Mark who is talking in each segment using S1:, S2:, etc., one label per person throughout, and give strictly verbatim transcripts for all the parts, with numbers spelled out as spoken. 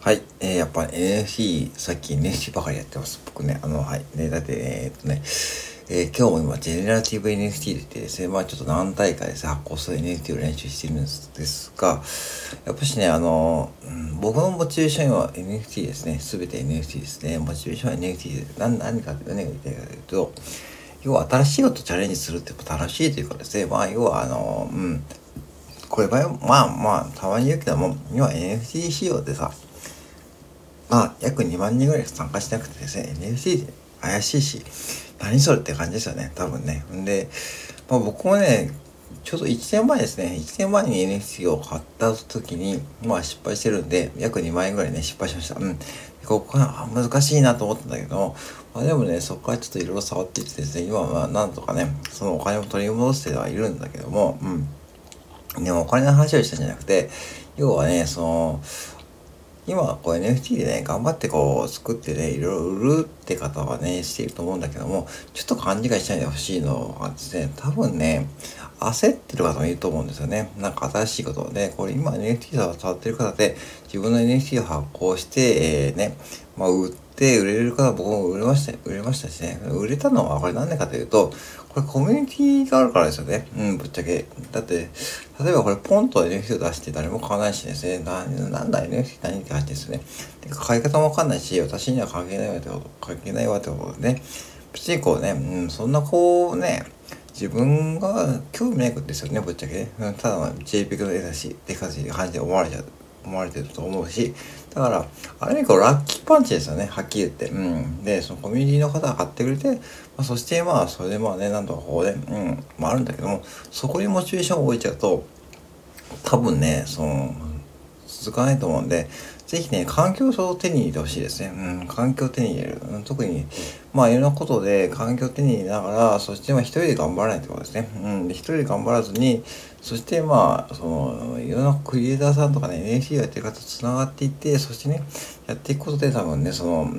S1: はい、えー、やっぱ エヌエフティー、さっき エヌエフティー ばかりやってます。僕ね、あの、はい。ね、だって、えーっとね、えー今日も今、ジェネラティブ エヌエフティー で言ってですね、まあちょっと何大会ですね、発行する エヌエフティー を練習しているんですですが、やっぱしね、あの、うん、僕のモチベーションは エヌエフティー ですね。すべて エヌエフティー ですね。モチベーションは エヌエフティー で、何、何か、何が言いたいかというと、要は新しいことチャレンジするってやっぱ楽しいというかですね、まあ要はあの、うん、これはまあまあ、たまに言うけども、要は エヌエフティー 仕様でさ、まあ、約にまん人ぐらい参加しなくてですね、エヌエフティー で怪しいし、何それって感じですよね、多分ね。んで、まあ僕もね、ちょうどいちねんまえですね、いちねんまえに エヌエフティー を買った時に、まあ失敗してるんで、約にまん円ぐらいね、失敗しました。うん。ここから難しいなと思ったんだけど、まあでもね、そこからちょっといろいろ触っていってですね、今はなんとかね、そのお金を取り戻してはいるんだけども、うん。でもお金の話をしたんじゃなくて、要はね、その、今はこう エヌエフティー でね、頑張ってこう作ってね、いろいろ売るって方はね、していると思うんだけども、ちょっと勘違いしないでほしいのはですね、多分ね、焦ってる方もいると思うんですよね。なんか新しいことをね、これ今 エヌエフティー を触ってる方で、自分の エヌエフティー を発行して、えー、ね、まあ売って売れる方、僕も売れました、売れましたしね、売れたのはこれなんでかというと、これコミュニティがあるからですよね。うん、ぶっちゃけ。だって、例えばこれポンと エヌエフティー を出して誰も買わないしですね、な、なんだ エヌエフティー 何って話ですよね。てか買い方もわかんないし、私には関係ないわってこと、関係ないわってことでね。別にこうね、うん、そんなこうね、自分が興味ないことですよね、ぶっちゃけね。うん、ただの ジェイピージー の絵だし、って感じで感じで思われちゃう。思われてると思うし、だから、ある意味こうラッキーパンチですよね、はっきり言って。うん。で、そのコミュニティの方が買ってくれて、まあ、そしてまあ、それでまあね、なんとかこうね、うん、まああるんだけども、そこにモチベーションを置いちゃうと、多分ね、その、続かないと思うんで、ぜひね、環境を手に入れてほしいですね。うん、環境を手に入れる。うん、特に、まあ、いろんなことで環境を手に入れながら、そしてまあ、一人で頑張らないってことですね。うん、で、一人で頑張らずに、そしてまあ、その、いろんなクリエイターさんとかね、エヌエフティー をやってる方と繋がっていって、そしてね、やっていくことで多分ね、その、うん、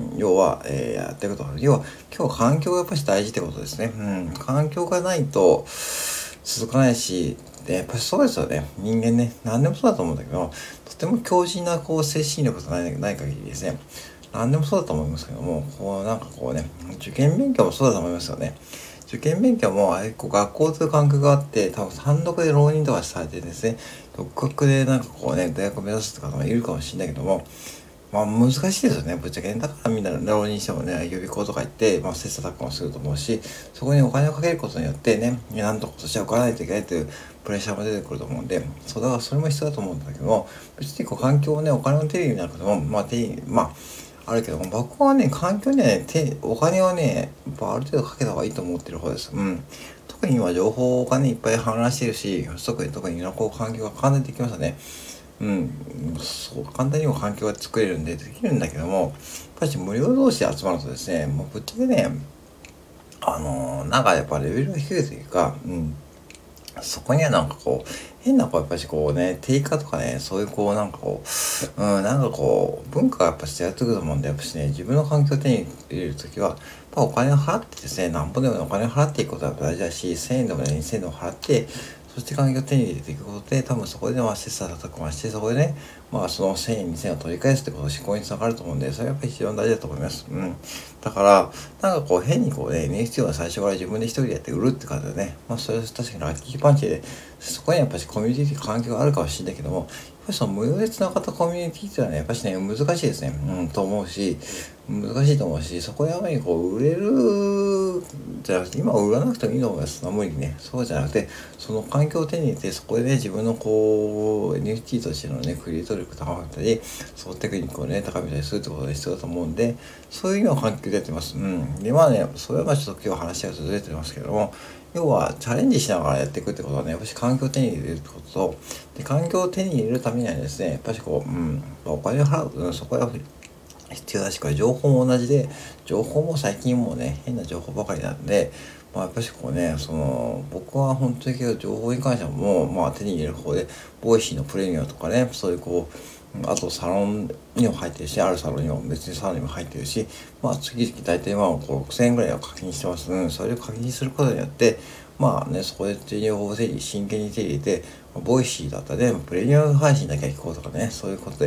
S1: 要は、えーやっていくこと。要は、今日は環境がやっぱり大事ってことですね。うん、環境がないと、続かないし、で、やっぱりそうですよね。人間ね、何でもそうだと思うんだけど、とても強靭なこう精神力がない、ない限りですね、何でもそうだと思いますけども、こうなんかこうね、受験勉強もそうだと思いますよね。受験勉強もあれこう学校という環境があって、多分単独で浪人とかされてですね、独学でなんかこうね、大学を目指すって方もいるかもしれないけども、まあ難しいですよね、ぶっちゃけね。だからみんな浪人してもね、予備校とか行って、まあ切磋琢磨すると思うし、そこにお金をかけることによってね、なんとか年は受からないといけないというプレッシャーも出てくると思うんで、そうだからそれも必要だと思うんだけども、別にこう環境をね、お金の手に入れなくても、まあ手に、まあ、あるけども、僕はね、環境にはね、手、お金はね、やっぱある程度かけた方がいいと思ってる方です。うん。特に今情報がね、いっぱい氾濫してるし、特に特にいろんなこう環境が簡単にできましたね。うん、そう、簡単にも環境が作れるんでできるんだけども、やっぱり無料同士で集まるとですね、もうぶっちゃけね、あのーなんかやっぱレベルが低いというか、うん、そこにはなんかこう、変なこう、やっぱしこうね、定価とかね、そういうこう、なんかこう、うん、なんかこう、文化がやっぱしてやってくると思うんで、やっぱしね、自分の環境を手に入れるときは、やっぱお金を払ってですね、なんぼでもお金を払っていくことが大事だし、せんえんでもね、にせんえんでも払って、そして環境を手に入れていくことで、多分そこでまあ切磋琢磨して、そこでね、まあそのせんえん、にせんえんを取り返すってことの思考につながると思うんで、それはやっぱり非常に大事だと思います。うん。だから、なんかこう変にこうね、エヌエフティー を最初から自分で一人でやって売るって方でね、まあそれは確かにラッキーパンチで、そこにやっぱりコミュニティ環境があるかもしれないけども、やっぱりその無用で繋がったコミュニティっていうのはね、やっぱしね、難しいですね。うん、と思うし、難しいと思うし、そこでやっぱりこう、売れる、じゃなくて、今売らなくてもいいと思います。無理にね。そうじゃなくて、その環境を手に入れて、そこでね、自分のこう、エヌエフティー としてのね、クリエイト力高めたり、そのテクニックをね、高めたりするってことが必要だと思うんで、そういうのを環境でやってます。うん。で、まあね、それはまあちょっと今日話がずれてますけども、要はチャレンジしながらやっていくってことはね、やっぱり環境を手に入れるってことと、で、環境を手に入れるためにはですね、やっぱりこう、うん、お金を払う、うん、そこは必要だし、これ情報も同じで、情報も最近もうね、変な情報ばかりなんで、まあやっぱしこうね、その、僕は本当にけど情報に関してはもう、まあ手に入れる方で、ボイシーのプレミアムとかね、そういうこう、あとサロンにも入ってるし、あるサロンにも別にサロンにも入ってるし、まあ月々大体まあこうろくせんえんぐらいは課金してます。うん、それを課金することによって、まあね、そこで情報を手に真剣に手に入れて、ボイシーだったらね、プレミアム配信だけは聞こうとかね、そういうことで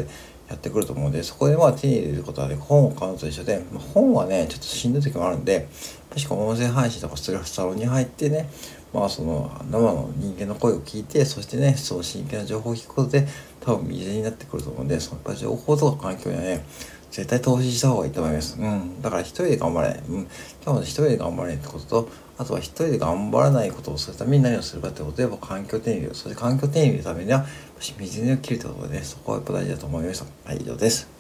S1: やってくると思うので、そこでまあ手に入れることはね、本を買うのと一緒で、まあ、本はね、ちょっとしんどい時もあるんで、確か音声配信とかするサロンに入ってね、まあその生の人間の声を聞いて、そしてね、その真剣な情報を聞くことで、多分未然になってくると思うんで、そのやっぱり情報とか環境にはね、絶対投資した方がいいと思います。うん。だから一人で頑張れ。うん。今日は一人で頑張れってことと、あとは一人で頑張らないことをするために何をするかってことで、やっぱ環境を手に入れる。そして環境を手に入れるためには、水にを切るってことでね、そこはやっぱ大事だと思いました。はい、以上です。